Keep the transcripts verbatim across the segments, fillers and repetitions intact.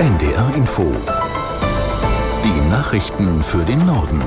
N D R Info. Die Nachrichten für den Norden.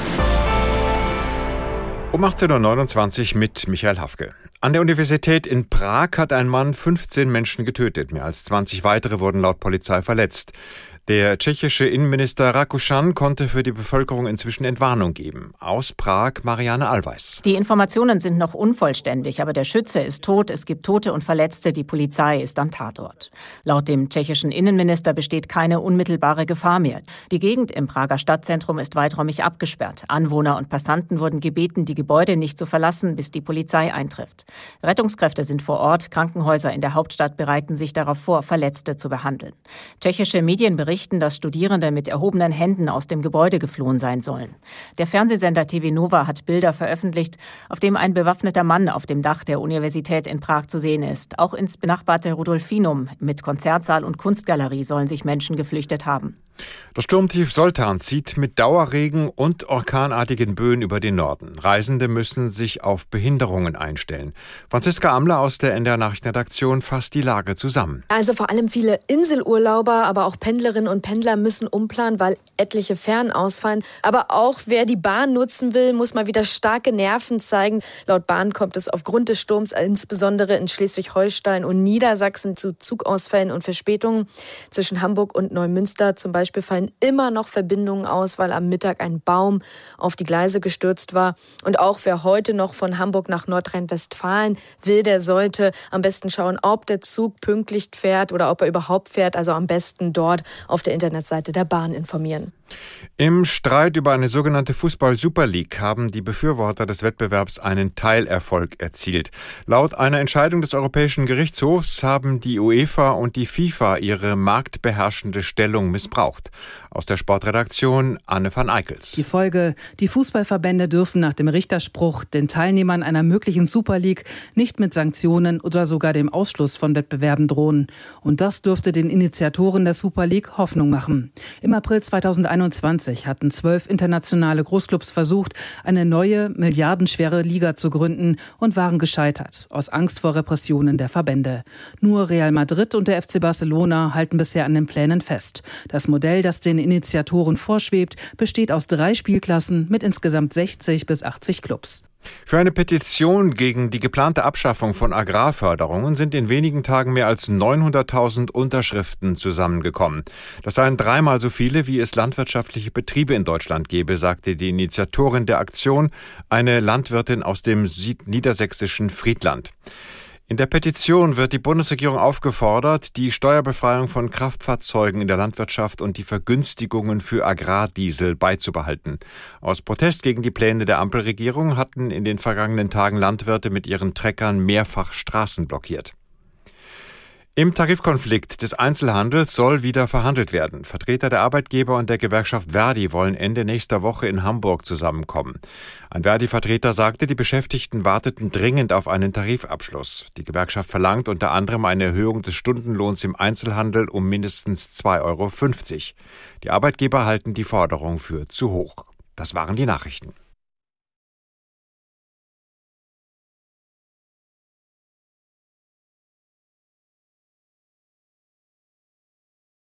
Um achtzehn Uhr neunundzwanzig mit Michael Hafke. An der Universität in Prag hat ein Mann fünfzehn Menschen getötet. Mehr als zwanzig weitere wurden laut Polizei verletzt. Der tschechische Innenminister Rakušan konnte für die Bevölkerung inzwischen Entwarnung geben. Aus Prag Marianne Allweis. Die Informationen sind noch unvollständig, aber der Schütze ist tot, es gibt Tote und Verletzte, die Polizei ist am Tatort. Laut dem tschechischen Innenminister besteht keine unmittelbare Gefahr mehr. Die Gegend im Prager Stadtzentrum ist weiträumig abgesperrt. Anwohner und Passanten wurden gebeten, die Gebäude nicht zu verlassen, bis die Polizei eintrifft. Rettungskräfte sind vor Ort, Krankenhäuser in der Hauptstadt bereiten sich darauf vor, Verletzte zu behandeln. Tschechische Medien berichten, dass Studierende mit erhobenen Händen aus dem Gebäude geflohen sein sollen. Der Fernsehsender T V Nova hat Bilder veröffentlicht, auf dem ein bewaffneter Mann auf dem Dach der Universität in Prag zu sehen ist. Auch ins benachbarte Rudolfinum mit Konzertsaal und Kunstgalerie sollen sich Menschen geflüchtet haben. Das Sturmtief Zoltan zieht mit Dauerregen und orkanartigen Böen über den Norden. Reisende müssen sich auf Behinderungen einstellen. Franziska Amler aus der N D R-Nachrichtenredaktion fasst die Lage zusammen. Also vor allem viele Inselurlauber, aber auch Pendlerinnen und Pendler müssen umplanen, weil etliche Fähren ausfallen. Aber auch wer die Bahn nutzen will, muss mal wieder starke Nerven zeigen. Laut Bahn kommt es aufgrund des Sturms insbesondere in Schleswig-Holstein und Niedersachsen zu Zugausfällen und Verspätungen. Zwischen Hamburg und Neumünster zum Beispiel fallen immer noch Verbindungen aus, weil am Mittag ein Baum auf die Gleise gestürzt war. Und auch wer heute noch von Hamburg nach Nordrhein-Westfalen will, der sollte am besten schauen, ob der Zug pünktlich fährt oder ob er überhaupt fährt. Also am besten dort auf der Internetseite der Bahn informieren. Im Streit über eine sogenannte Fußball-Super League haben die Befürworter des Wettbewerbs einen Teilerfolg erzielt. Laut einer Entscheidung des Europäischen Gerichtshofs haben die UEFA und die FIFA ihre marktbeherrschende Stellung missbraucht. Aus der Sportredaktion Anne van Eickels. Die Folge: Die Fußballverbände dürfen nach dem Richterspruch den Teilnehmern einer möglichen Super League nicht mit Sanktionen oder sogar dem Ausschluss von Wettbewerben drohen. Und das dürfte den Initiatoren der Super League Hoffnung machen. Im April zweitausendeinundzwanzig hatten zwölf internationale Großclubs versucht, eine neue, milliardenschwere Liga zu gründen und waren gescheitert, aus Angst vor Repressionen der Verbände. Nur Real Madrid und der F C Barcelona halten bisher an den Plänen fest. Das Modell, das den Initiatoren vorschwebt, besteht aus drei Spielklassen mit insgesamt sechzig bis achtzig Clubs. Für eine Petition gegen die geplante Abschaffung von Agrarförderungen sind in wenigen Tagen mehr als neunhunderttausend Unterschriften zusammengekommen. Das seien dreimal so viele, wie es landwirtschaftliche Betriebe in Deutschland gäbe, sagte die Initiatorin der Aktion, eine Landwirtin aus dem niedersächsischen Friedland. In der Petition wird die Bundesregierung aufgefordert, die Steuerbefreiung von Kraftfahrzeugen in der Landwirtschaft und die Vergünstigungen für Agrardiesel beizubehalten. Aus Protest gegen die Pläne der Ampelregierung hatten in den vergangenen Tagen Landwirte mit ihren Treckern mehrfach Straßen blockiert. Im Tarifkonflikt des Einzelhandels soll wieder verhandelt werden. Vertreter der Arbeitgeber und der Gewerkschaft Verdi wollen Ende nächster Woche in Hamburg zusammenkommen. Ein Verdi-Vertreter sagte, die Beschäftigten warteten dringend auf einen Tarifabschluss. Die Gewerkschaft verlangt unter anderem eine Erhöhung des Stundenlohns im Einzelhandel um mindestens zwei Euro fünfzig. Die Arbeitgeber halten die Forderung für zu hoch. Das waren die Nachrichten.